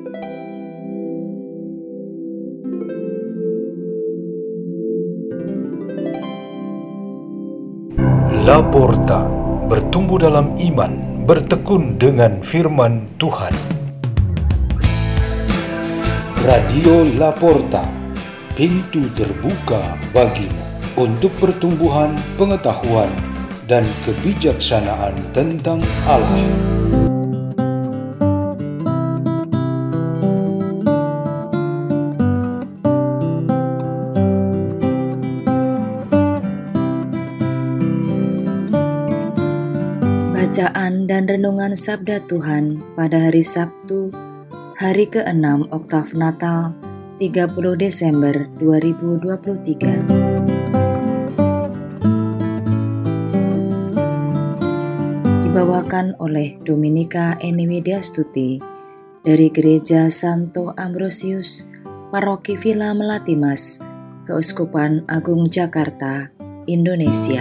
Laporta, bertumbuh dalam iman, bertekun dengan firman Tuhan. Radio Laporta, pintu terbuka bagimu untuk pertumbuhan pengetahuan dan kebijaksanaan tentang Allah. Bacaan dan renungan Sabda Tuhan pada hari Sabtu, hari ke-6 Oktav Natal, 30 Desember 2023. Dibawakan oleh Dominika Eniwidiastuti dari Gereja Santo Ambrosius, Paroki Villa Melati Mas, Keuskupan Agung Jakarta, Indonesia.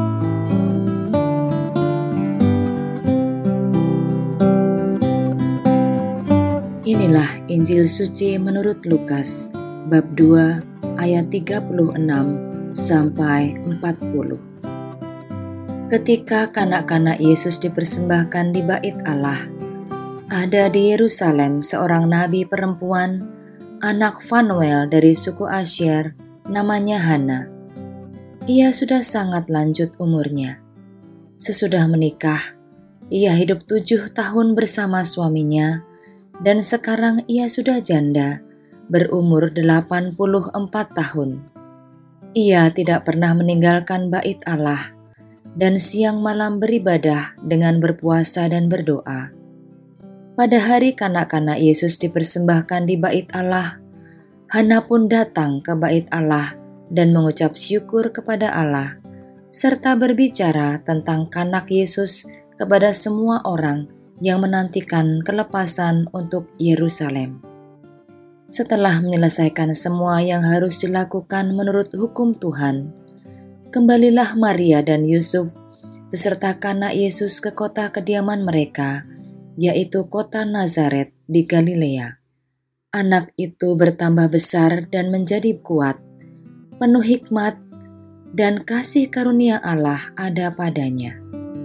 Inilah Injil Suci menurut Lukas, bab 2 ayat 36 sampai 40. Ketika kanak-kanak Yesus dipersembahkan di Bait Allah, ada di Yerusalem seorang nabi perempuan, anak Fanuel dari suku Asyer, namanya Hana. Ia sudah sangat lanjut umurnya. Sesudah menikah, ia hidup 7 tahun bersama suaminya, dan sekarang ia sudah janda, berumur 84 tahun. Ia tidak pernah meninggalkan Bait Allah, dan siang malam beribadah dengan berpuasa dan berdoa. Pada hari kanak-kanak Yesus dipersembahkan di Bait Allah, Hana pun datang ke Bait Allah dan mengucap syukur kepada Allah, serta berbicara tentang kanak Yesus kepada semua orang yang menantikan kelepasan untuk Yerusalem. Setelah menyelesaikan semua yang harus dilakukan menurut hukum Tuhan, kembalilah Maria dan Yusuf beserta kanak Yesus ke kota kediaman mereka, yaitu kota Nazaret di Galilea. Anak itu bertambah besar dan menjadi kuat, penuh hikmat, dan kasih karunia Allah ada padanya.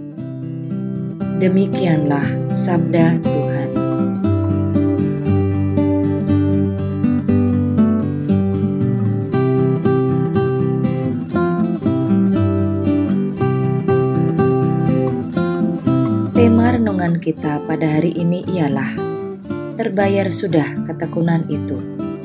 Demikianlah sabda Tuhan. Tema renungan kita pada hari ini ialah terbayar sudah ketekunan itu.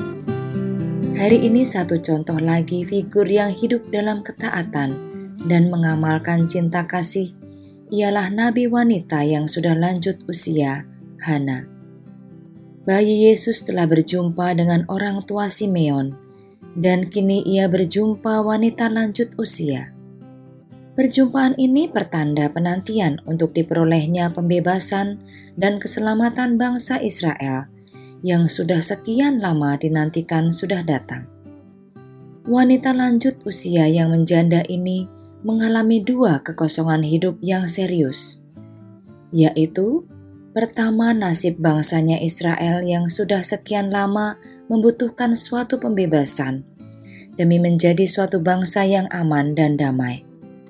Hari ini satu contoh lagi figur yang hidup dalam ketaatan dan mengamalkan cinta kasih ialah nabi wanita yang sudah lanjut usia, Hana. Bayi Yesus telah berjumpa dengan orang tua Simeon, dan kini ia berjumpa wanita lanjut usia. Perjumpaan ini pertanda penantian untuk diperolehnya pembebasan dan keselamatan bangsa Israel yang sudah sekian lama dinantikan sudah datang. Wanita lanjut usia yang menjanda ini mengalami 2 kekosongan hidup yang serius, yaitu pertama, nasib bangsanya Israel yang sudah sekian lama membutuhkan suatu pembebasan demi menjadi suatu bangsa yang aman dan damai.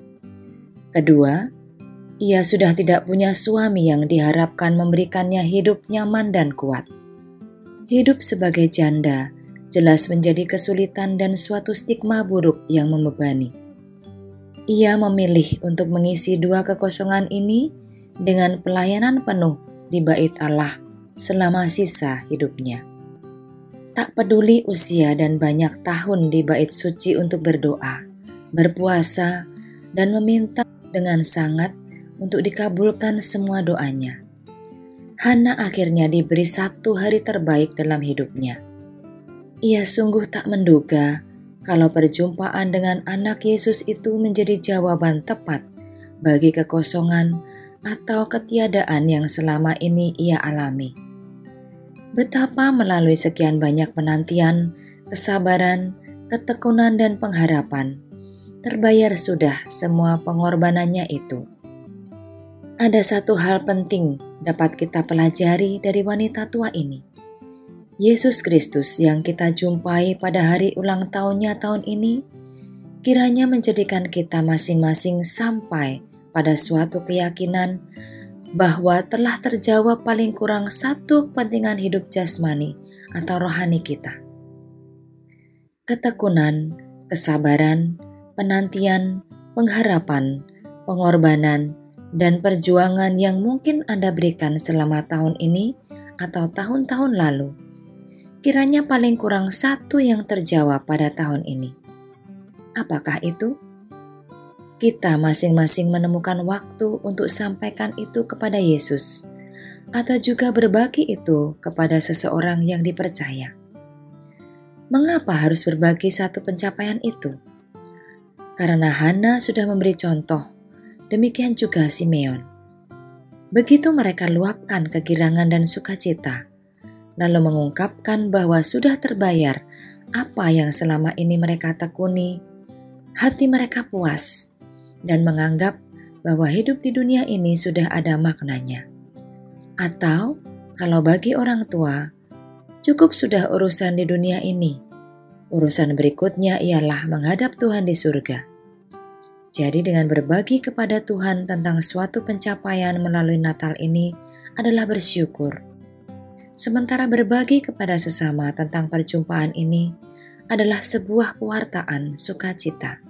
Kedua, ia sudah tidak punya suami yang diharapkan memberikannya hidup nyaman dan kuat. Hidup sebagai janda jelas menjadi kesulitan dan suatu stigma buruk yang membebani. Ia memilih untuk mengisi 2 kekosongan ini dengan pelayanan penuh di Bait Allah selama sisa hidupnya. Tak peduli usia dan banyak tahun di Bait Suci untuk berdoa, berpuasa, dan meminta dengan sangat untuk dikabulkan semua doanya. Hana akhirnya diberi 1 hari terbaik dalam hidupnya. Ia sungguh tak menduga kalau perjumpaan dengan anak Yesus itu menjadi jawaban tepat bagi kekosongan atau ketiadaan yang selama ini ia alami. Betapa melalui sekian banyak penantian, kesabaran, ketekunan dan pengharapan, terbayar sudah semua pengorbanannya itu. Ada satu hal penting dapat kita pelajari dari wanita tua ini, Yesus Kristus yang kita jumpai pada hari ulang tahunnya tahun ini, kiranya menjadikan kita masing-masing sampai pada suatu keyakinan bahwa telah terjawab paling kurang satu kepentingan hidup jasmani atau rohani kita. Ketekunan, kesabaran, penantian, pengharapan, pengorbanan, dan perjuangan yang mungkin Anda berikan selama tahun ini atau tahun-tahun lalu, kiranya paling kurang satu yang terjawab pada tahun ini. Apakah itu? Kita masing-masing menemukan waktu untuk sampaikan itu kepada Yesus, atau juga berbagi itu kepada seseorang yang dipercaya. Mengapa harus berbagi satu pencapaian itu? Karena Hana sudah memberi contoh, demikian juga Simeon. Begitu mereka luapkan kegirangan dan sukacita, lalu mengungkapkan bahwa sudah terbayar apa yang selama ini mereka tekuni, hati mereka puas dan menganggap bahwa hidup di dunia ini sudah ada maknanya. Atau kalau bagi orang tua, cukup sudah urusan di dunia ini. Urusan berikutnya ialah menghadap Tuhan di surga. Jadi dengan berbagi kepada Tuhan tentang suatu pencapaian melalui Natal ini adalah bersyukur. Sementara berbagi kepada sesama tentang perjumpaan ini adalah sebuah pewartaan sukacita.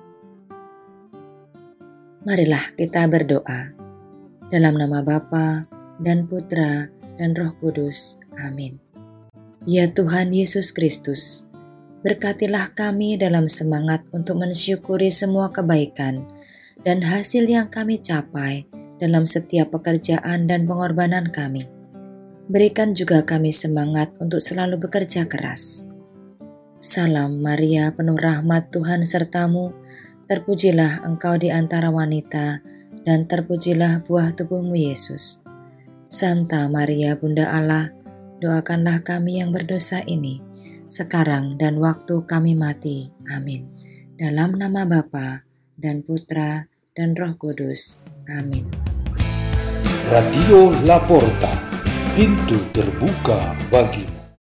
Marilah kita berdoa. Dalam nama Bapa dan Putra dan Roh Kudus. Amin. Ya Tuhan Yesus Kristus, berkatilah kami dalam semangat untuk mensyukuri semua kebaikan dan hasil yang kami capai dalam setiap pekerjaan dan pengorbanan kami. Berikan juga kami semangat untuk selalu bekerja keras. Salam Maria, penuh rahmat Tuhan sertamu, terpujilah engkau di antara wanita, dan terpujilah buah tubuhmu Yesus. Santa Maria Bunda Allah, doakanlah kami yang berdosa ini, sekarang dan waktu kami mati. Amin. Dalam nama Bapa dan Putra dan Roh Kudus. Amin. Radio Laporta, pintu terbuka bagimu.